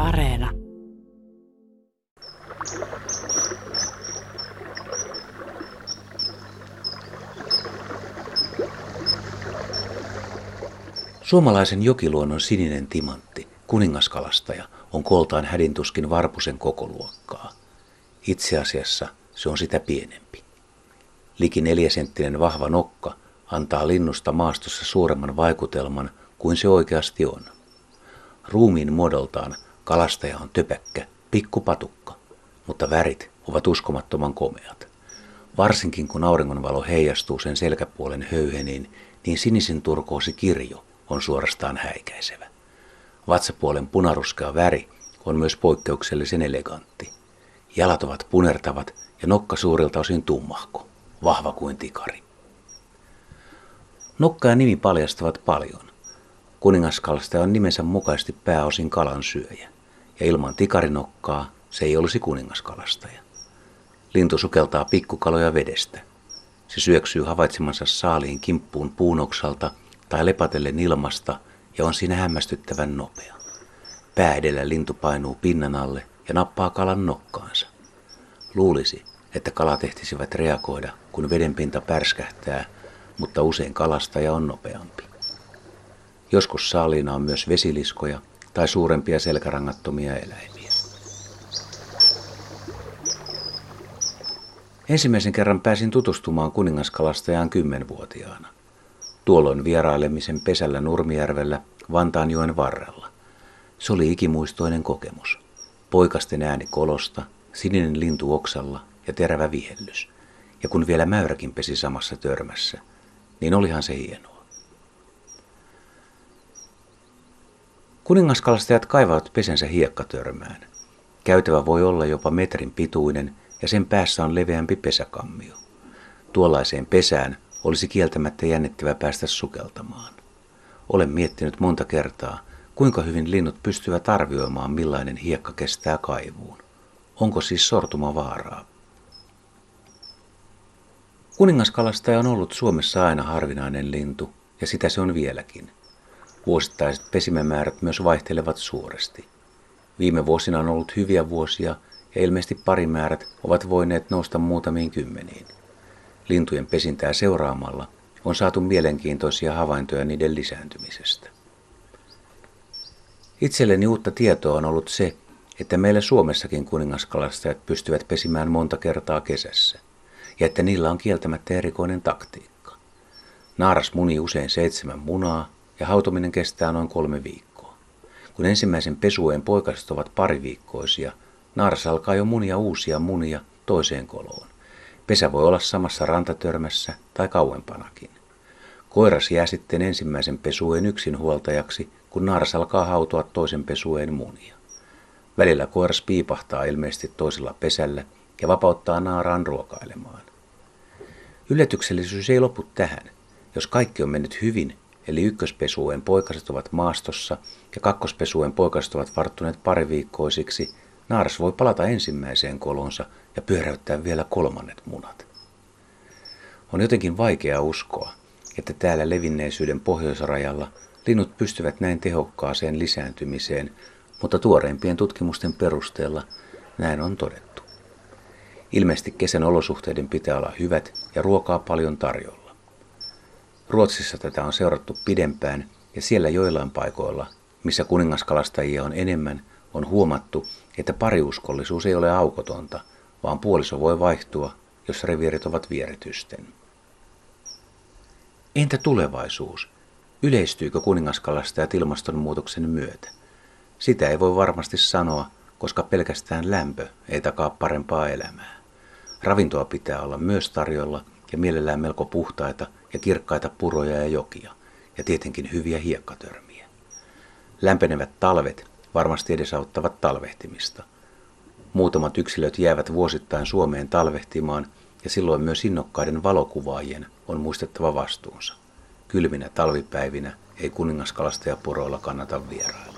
Areena. Suomalaisen jokiluonnon sininen timantti, kuningaskalastaja, on kooltaan hädintuskin varpusen kokoluokkaa. Itse asiassa se on sitä pienempi. Liki 4-senttinen vahva nokka antaa linnusta maastossa suuremman vaikutelman kuin se oikeasti on. Ruumiin muodoltaan kalastaja on töpäkkä, pikkupatukka, mutta värit ovat uskomattoman komeat. Varsinkin kun auringonvalo heijastuu sen selkäpuolen höyheniin, niin sinisen turkoosi kirjo on suorastaan häikäisevä. Vatsapuolen punaruskea väri on myös poikkeuksellisen elegantti. Jalat ovat punertavat ja nokka suurilta osin tummahko, vahva kuin tikari. Nokka ja nimi paljastavat paljon. Kuningaskalastaja on nimensä mukaisesti pääosin kalan syöjä, ja ilman tikarinokkaa se ei olisi kuningaskalastaja. Lintu sukeltaa pikkukaloja vedestä. Se syöksyy havaitsemansa saaliin kimppuun puunoksalta tai lepatellen ilmasta ja on siinä hämmästyttävän nopea. Pää edellä lintu painuu pinnan alle ja nappaa kalan nokkaansa. Luulisi, että kalat ehtisivät reagoida, kun vedenpinta pärskähtää, mutta usein kalastaja on nopeampi. Joskus saaliina on myös vesiliskoja tai suurempia selkärangattomia eläimiä. Ensimmäisen kerran pääsin tutustumaan kuningaskalastajaan 10-vuotiaana. Tuolloin vierailemisen pesällä Nurmijärvellä Vantaanjoen varrella. Se oli ikimuistoinen kokemus. Poikasten ääni kolosta, sininen lintu oksalla ja terävä vihellys. Ja kun vielä mäyräkin pesi samassa törmässä, niin olihan se hienoa. Kuningaskalastajat kaivavat pesänsä hiekkatörmään. Käytävä voi olla jopa metrin pituinen ja sen päässä on leveämpi pesäkammio. Tuollaiseen pesään olisi kieltämättä jännittävä päästä sukeltamaan. Olen miettinyt monta kertaa, kuinka hyvin linnut pystyvät arvioimaan, millainen hiekka kestää kaivuun. Onko siis sortuma vaaraa? Kuningaskalastaja on ollut Suomessa aina harvinainen lintu, ja sitä se on vieläkin. Vuosittaiset pesimämäärät myös vaihtelevat suuresti. Viime vuosina on ollut hyviä vuosia, ja ilmeisesti parimäärät ovat voineet nousta muutamiin kymmeniin. Lintujen pesintää seuraamalla on saatu mielenkiintoisia havaintoja niiden lisääntymisestä. Itselleni uutta tietoa on ollut se, että meillä Suomessakin kuningaskalastajat pystyvät pesimään monta kertaa kesässä, ja että niillä on kieltämättä erikoinen taktiikka. Naaras munii usein 7 munaa, ja hautominen kestää noin 3 viikkoa. Kun ensimmäisen pesueen poikaset ovat pariviikkoisia, naaras alkaa jo munia uusia munia toiseen koloon. Pesä voi olla samassa rantatörmässä tai kauempanakin. Koiras jää sitten ensimmäisen pesueen yksinhuoltajaksi, kun naaras alkaa hautoa toisen pesueen munia. Välillä koiras piipahtaa ilmeisesti toisella pesällä ja vapauttaa naaraan ruokailemaan. Yllätyksellisyys ei lopu tähän. Jos kaikki on mennyt hyvin, eli ykköspesueen poikaset ovat maastossa ja kakkospesueen poikaset ovat varttuneet pariviikkoisiksi, naaras voi palata ensimmäiseen kolonsa ja pyöräyttää vielä 3. munat. On jotenkin vaikea uskoa, että täällä levinneisyyden pohjoisrajalla linnut pystyvät näin tehokkaaseen lisääntymiseen, mutta tuoreimpien tutkimusten perusteella näin on todettu. Ilmeisesti kesän olosuhteiden pitää olla hyvät ja ruokaa paljon tarjolla. Ruotsissa tätä on seurattu pidempään ja siellä joillain paikoilla, missä kuningaskalastajia on enemmän, on huomattu, että pariuskollisuus ei ole aukotonta, vaan puoliso voi vaihtua, jos reviirit ovat vieritysten. Entä tulevaisuus? Yleistyykö kuningaskalastajat ilmastonmuutoksen myötä? Sitä ei voi varmasti sanoa, koska pelkästään lämpö ei takaa parempaa elämää. Ravintoa pitää olla myös tarjolla ja mielellään melko puhtaita ja kirkkaita puroja ja jokia, ja tietenkin hyviä hiekkatörmiä. Lämpenevät talvet varmasti edesauttavat talvehtimista. Muutamat yksilöt jäävät vuosittain Suomeen talvehtimaan, ja silloin myös innokkaiden valokuvaajien on muistettava vastuunsa. Kylminä talvipäivinä ei kuningaskalastajaporoilla kannata vierailla.